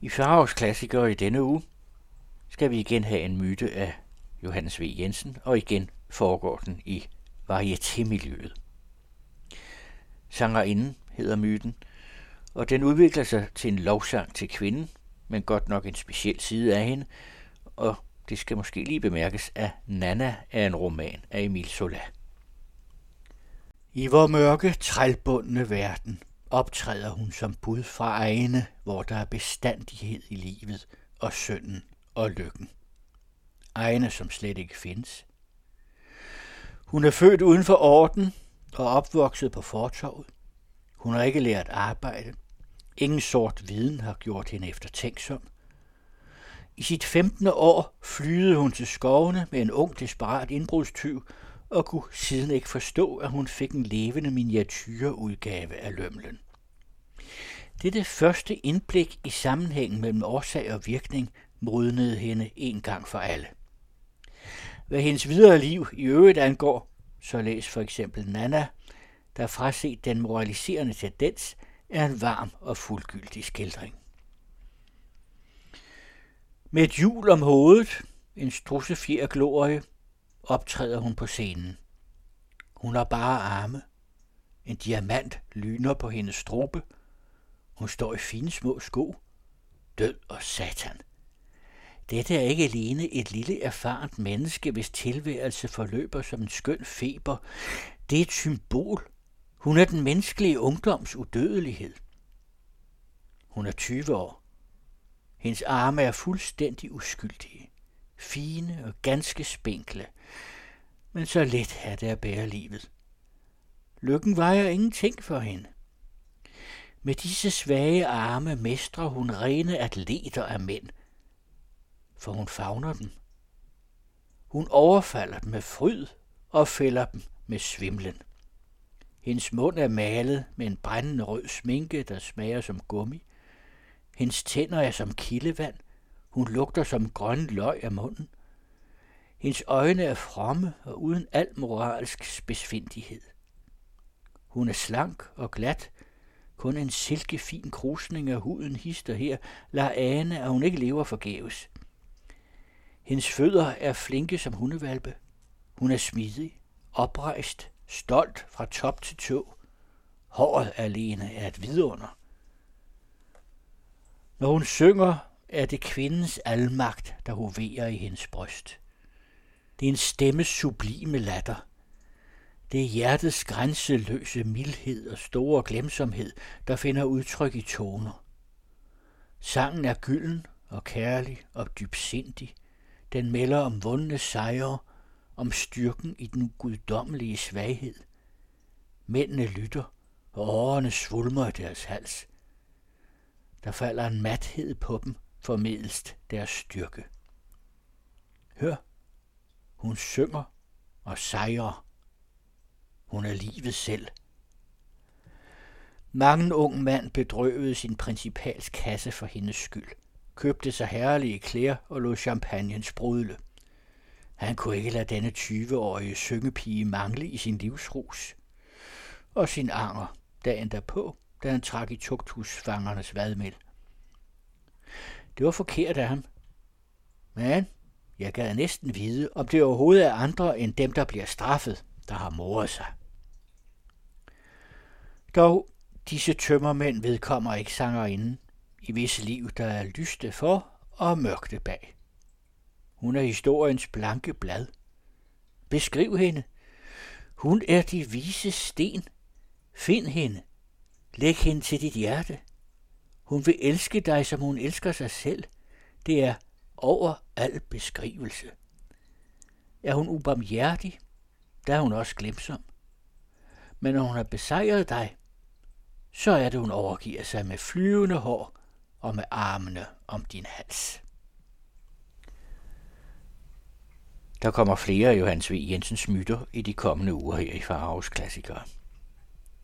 I Faraos klassikere i denne uge skal vi igen have en myte af Johannes V. Jensen, og igen foregår den i varieté-miljøet. Sangerinden hedder myten, og den udvikler sig til en lovsang til kvinden, men godt nok en speciel side af hende, og det skal måske lige bemærkes, at Nana er en roman af Emile Zola. I vor mørke, trælbundne verden optræder hun som bud fra egne, hvor der er bestandighed i livet og synden og lykken. Egne, som slet ikke findes. Hun er født uden for orden og opvokset på fortovet. Hun har ikke lært arbejde. Ingen sort viden har gjort hende eftertænksom. I sit 15. år flyede hun til skovene med en ung, desperat indbrudstyv og kunne siden ikke forstå, at hun fik en levende miniatyrudgave af lømlen. Dette første indblik i sammenhængen mellem årsag og virkning modnede hende en gang for alle. Hvad hendes videre liv i øvrigt angår, så læs for eksempel Nana, der fraset den moraliserende tendens er en varm og fuldgyldig skildring. Med et hjul om hovedet, en strudsefjer glorie, optræder hun på scenen. Hun har bare arme. En diamant lyner på hendes strube. Hun står i fine små sko. Død og satan. Dette er ikke alene et lille erfarent menneske, hvis tilværelse forløber som en skøn feber. Det er et symbol. Hun er den menneskelige ungdoms udødelighed. Hun er 20 år. Hendes arme er fuldstændig uskyldige. Fine og ganske spinkle. Men så let er det at bære livet. Lykken vejer ingenting for hende. Med disse svage arme mestrer hun rene atleter af mænd, for hun favner dem. Hun overfalder dem med fryd og fælder dem med svimlen. Hendes mund er malet med en brændende rød sminke, der smager som gummi. Hendes tænder er som kildevand. Hun lugter som grøn løg af munden. Hendes øjne er fromme og uden al moralsk spidsfindighed. Hun er slank og glat. Kun en silkefin krusning af huden hister her lader ane, at hun ikke lever forgæves. Hendes fødder er flinke som hundevalpe. Hun er smidig, oprejst, stolt fra top til tå. Håret alene er et vidunder. Når hun synger, er det kvindens almagt, der hoverer i hendes bryst. Det er en stemmes sublime latter. Det er hjertets grænseløse mildhed og store glemsomhed, der finder udtryk i toner. Sangen er gylden og kærlig og dybsindig. Den melder om vundne sejre, om styrken i den guddommelige svaghed. Mændene lytter, og årene svulmer i deres hals. Der falder en mathed på dem, formiddelst deres styrke. Hør, hun synger og sejrer. Hun er livet selv. Mange ung mand bedrøvede sin principals kasse for hendes skyld, købte sig herlige klæder og lod champagnen sprudle. Han kunne ikke lade denne 20-årige syngepige mangle i sin livsrus og sin anger dagen derpå, da han trak i tugthusfangernes vadmel. Det var forkert af ham, men jeg gad næsten vide, om det overhovedet er andre end dem, der bliver straffet, der har moret sig. Dog, disse tømmermænd vedkommer ikke sangerinden, i visse liv, der er lyste for og mørkte bag. Hun er historiens blanke blad. Beskriv hende. Hun er de vise sten. Find hende. Læg hende til dit hjerte. Hun vil elske dig, som hun elsker sig selv. Det er over al beskrivelse. Er hun ubarmhjertig, der er hun også glemsom. Men når hun har besejret dig, så er det, hun overgiver sig med flyvende hår og med armene om din hals. Der kommer flere af Johannes V. Jensens myter i de kommende uger her i Faraos klassikere.